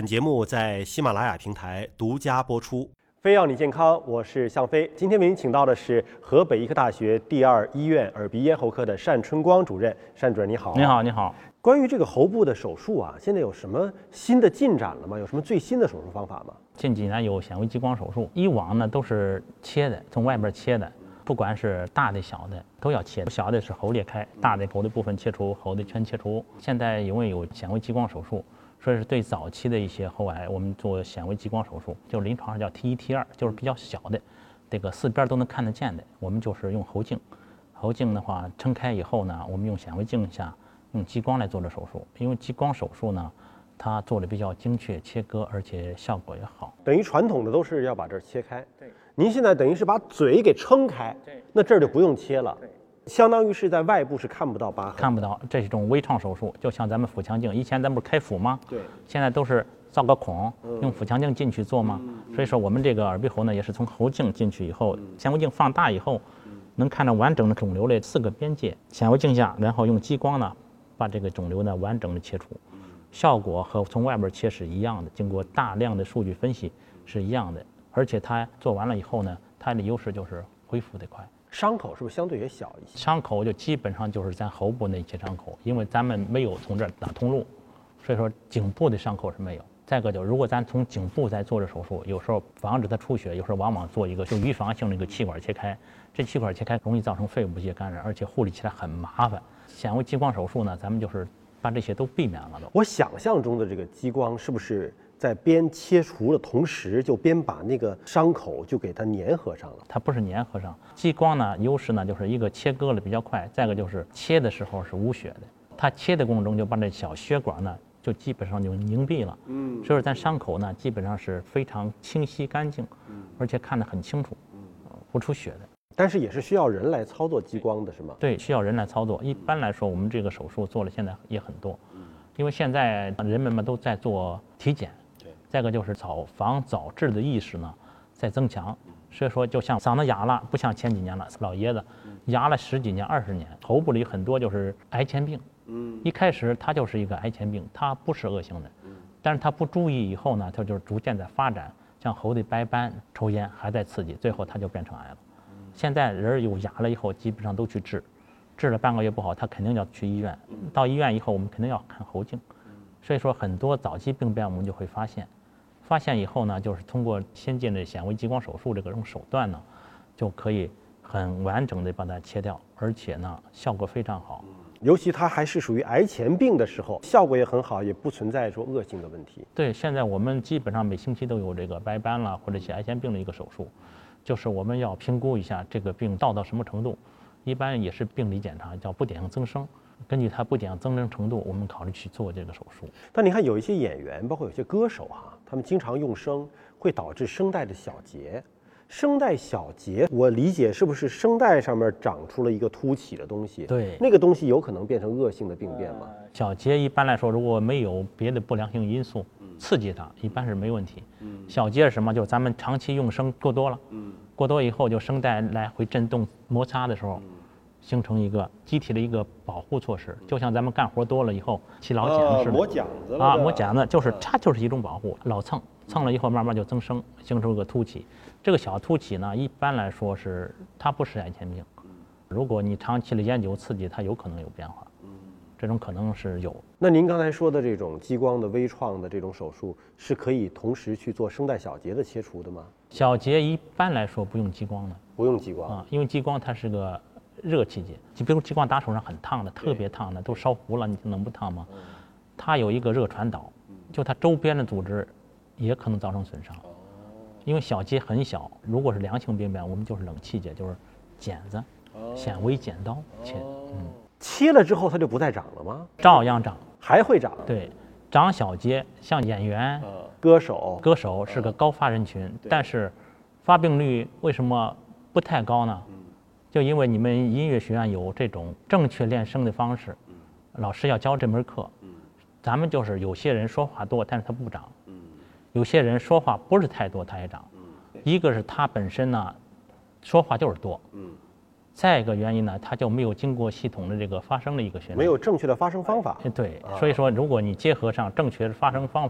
本节目在喜马拉雅平台独家播出。飞要你健康，我是向飞。今天为您请到的是河北医科大学第二医院耳鼻咽喉科的单春光主任。单主任你好。 你好，你好。 关于这个喉部的手术啊，现在有什么新的进展了吗？有什么最新的手术方法吗？ 近几年有显微激光手术，以往呢都是切的，从外边切的，不管是大的小的都要切。小的是喉裂开，大的喉的部分切除，喉的全切除。现在因为有显微激光手术，所以是对早期的一些喉癌，我们做显微激光手术，就临床上叫 T1、T2，就是比较小的，这个四边都能看得见的，我们就是用喉镜。喉镜的话撑开以后呢，我们用显微镜下用激光来做这手术，因为激光手术呢，它做的比较精确切割，而且效果也好。 等于传统的都是要把这儿切开，对。您现在等于是把嘴给撑开， 对， 那这儿就不用切了， 对。 相当于是在外部是看不到疤痕， 看不到，这是一种微创手术，就像咱们腹腔镜，以前咱不是开腹吗？ 对， 现在都是造个孔，用腹腔镜进去做吗？所以说我们这个耳鼻喉呢，也是从喉镜进去以后，显微镜放大以后，能看到完整的肿瘤的4个边界，显微镜下，然后用激光呢，把这个肿瘤呢完整的切除，效果和从外边切是一样的，经过大量的数据分析是一样的，而且它做完了以后呢，它的优势就是恢复得快。 伤口是不是相对也小一些？ 伤口就基本上就是咱喉部那些伤口，因为咱们没有从这儿打通路，所以说颈部的伤口是没有。再一个就如果咱从颈部再做这手术，有时候防止它出血，有时候往往做一个就预防性的一个气管切开，这气管切开容易造成肺部一些感染，而且护理起来很麻烦。显微激光手术呢，咱们就是把这些都避免了都。 我想象中的这个激光是不是在边切除的同时，就边把那个伤口就给它粘合上了？ 它不是粘合上，激光呢优势呢就是一个切割的比较快，再一个就是切的时候是无血的，它切的过程中就把这小血管呢就基本上就凝闭了，所以说咱伤口呢基本上是非常清晰干净，而且看得很清楚，不出血的。 但是也是需要人来操作激光的是吗？ 对，需要人来操作。一般来说，我们这个手术做了现在也很多，因为现在人们嘛都在做体检，再一个就是早防早治的意识呢在增强，所以说就像嗓子哑了，不像前几年了，老爷子哑了10几年、20年，喉部里很多就是癌前病，一开始它就是一个癌前病，它不是恶性的，但是它不注意以后呢，它就是逐渐在发展，像喉的白斑、抽烟还在刺激，最后它就变成癌了。现在人有哑了以后，基本上都去治，治了半个月不好，他肯定要去医院。到医院以后，我们肯定要看喉镜。所以说，很多早期病变我们就会发现以后呢，就是通过先进的显微激光手术这种手段呢，就可以很完整的把它切掉，而且呢，效果非常好。 尤其它还是属于癌前病的时候，效果也很好，也不存在说恶性的问题。 对，现在我们基本上每星期都有这个白斑了或者一些癌前病的一个手术。就是我们要评估一下这个病到什么程度，一般也是病理检查，叫不典型增生。根据它不典型增生程度，我们考虑去做这个手术。 但你看，有一些演员，包括有些歌手他们经常用声，会导致声带的小结。声带小结，我理解是不是声带上面长出了一个凸起的东西？ 对， 那个东西有可能变成恶性的病变吗？ 小结一般来说，如果没有别的不良性因素刺激它，一般是没问题。小结是什么？就是咱们长期用声过多了，过多以后就声带来回震动摩擦的时候，形成一个机体的一个保护措施，就像咱们干活多了以后起老茧似的， 磨茧子了啊，磨茧子就是它就是一种保护，老蹭了以后慢慢就增生，形成一个凸起。这个小凸起呢，一般来说是它不是癌前病，如果你长期的研究刺激，它有可能有变化。这种可能是有。 那您刚才说的这种激光的微创的这种手术，是可以同时去做声带小结的切除的吗？ 小结一般来说不用激光的， 不用激光啊，因为激光它是个热器械，就比如激光打手上很烫的，特别烫的，都烧糊了，你能不烫吗？它有一个热传导，就它周边的组织也可能造成损伤。因为小结很小，如果是良性病变，我们就是冷器械，就是剪子、显微剪刀切。 切了之后它就不再长了吗？ 照样长， 还会长。 对，长小结，像演员、 歌手是个高发人群，但是发病率为什么不太高呢？就因为你们音乐学院有这种正确练声的方式，老师要教这门课。咱们就是有些人说话多，但是他不长；有些人说话不是太多，他也长。一个是他本身呢，说话就是多。再一个原因呢，他就没有经过系统的这个发声的一个训练， 没有正确的发声方法。 对，所以说如果你结合上正确的发声方法，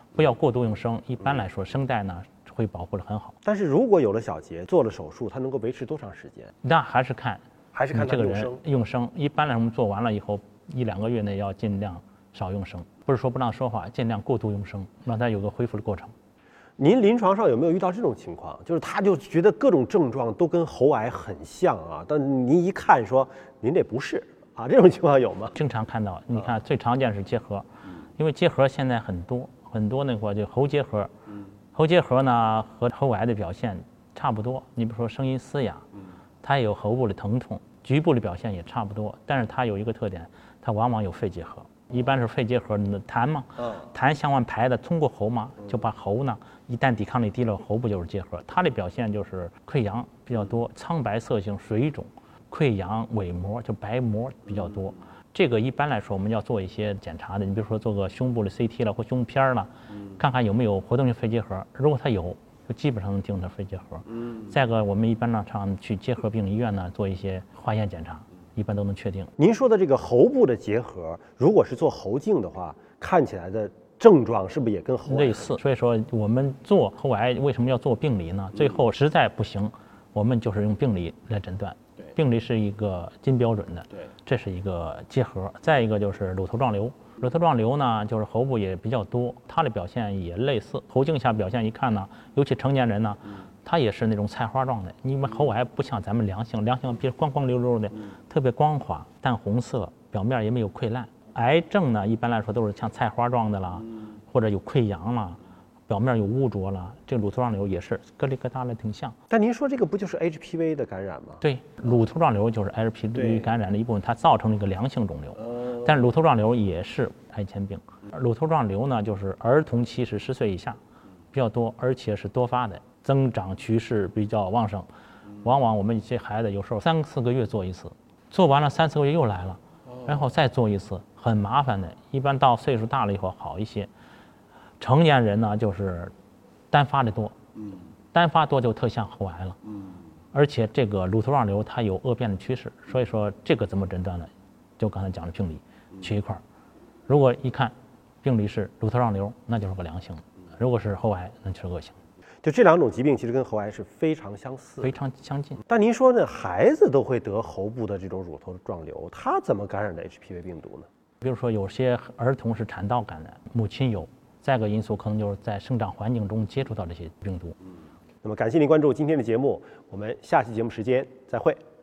不要过度用生。一般来说，声带呢会保护得很好。 但是如果有了小结，做了手术，它能够维持多长时间？ 那还是看这个人用声。一般来说，我们做完了以后1-2个月内要尽量少用声，不是说不让说话，尽量过度用声，让它有个恢复的过程。 您临床上有没有遇到这种情况？就是他就觉得各种症状都跟喉癌很像啊，但您一看说您这不是啊，这种情况有吗？ 经常看到，你看最常见是结核，因为结核现在很多那个就喉结核，喉结核呢和喉癌的表现差不多。你比如说声音嘶哑，它也有喉部的疼痛，局部的表现也差不多，但是它有一个特点，它往往有肺结核。一般是肺结核，你的痰嘛，痰向外排的，通过喉嘛，就把喉呢，一旦抵抗力低了，喉部就是结核。它的表现就是溃疡比较多，苍白色性水肿，溃疡伪膜就白膜比较多。这个一般来说我们要做一些检查的，你比如说做个胸部的 CT 了或胸片了，看看有没有活动性肺结核。如果它有，就基本上能定它肺结核。再一个，我们一般上去结核病医院呢做一些化验检查。一般都能确定。 您说的这个喉部的结核，如果是做喉镜的话，看起来的症状是不是也跟喉癌类似？所以说我们做喉癌为什么要做病理呢？最后实在不行，我们就是用病理来诊断。病理是一个金标准的。这是一个结核。再一个就是乳头状瘤。乳头状瘤呢，就是喉部也比较多，它的表现也类似。喉镜下表现一看呢，尤其成年人呢。它也是那种菜花状的，因为喉癌不像咱们良性比如光溜溜的，特别光滑，淡红色，表面也没有溃烂。癌症呢，一般来说都是像菜花状的啦，或者有溃疡啦，表面有污浊啦。这个乳头状瘤也是咯里咯哒的，挺像。 但您说这个不就是 HPV 的感染吗？ 对，乳头状瘤就是 HPV 感染的一部分，它造成了一个良性肿瘤。但是乳头状瘤也是癌前病。乳头状瘤呢，就是儿童期是10岁以下比较多，而且是多发的。增长趋势比较旺盛，往往我们一些孩子有时候3-4个月做一次，做完了3-4个月又来了，然后再做一次，很麻烦的。一般到岁数大了以后好一些。成年人呢就是单发的多，单发多就特像喉癌了，而且这个乳头状瘤它有恶变的趋势，所以说这个怎么诊断呢？就刚才讲的病理取一块，如果一看病理是乳头状瘤，那就是个良性；如果是喉癌，那就是恶性。 就这2种疾病其实跟喉癌是非常相似， 非常相近。 但您说呢，孩子都会得喉部的这种乳头状瘤，他怎么感染的 HPV 病毒呢？ 比如说有些儿童是产道感染，母亲有；再一个因素可能就是在生长环境中接触到这些病毒。 那么感谢您关注今天的节目，我们下期节目时间再会。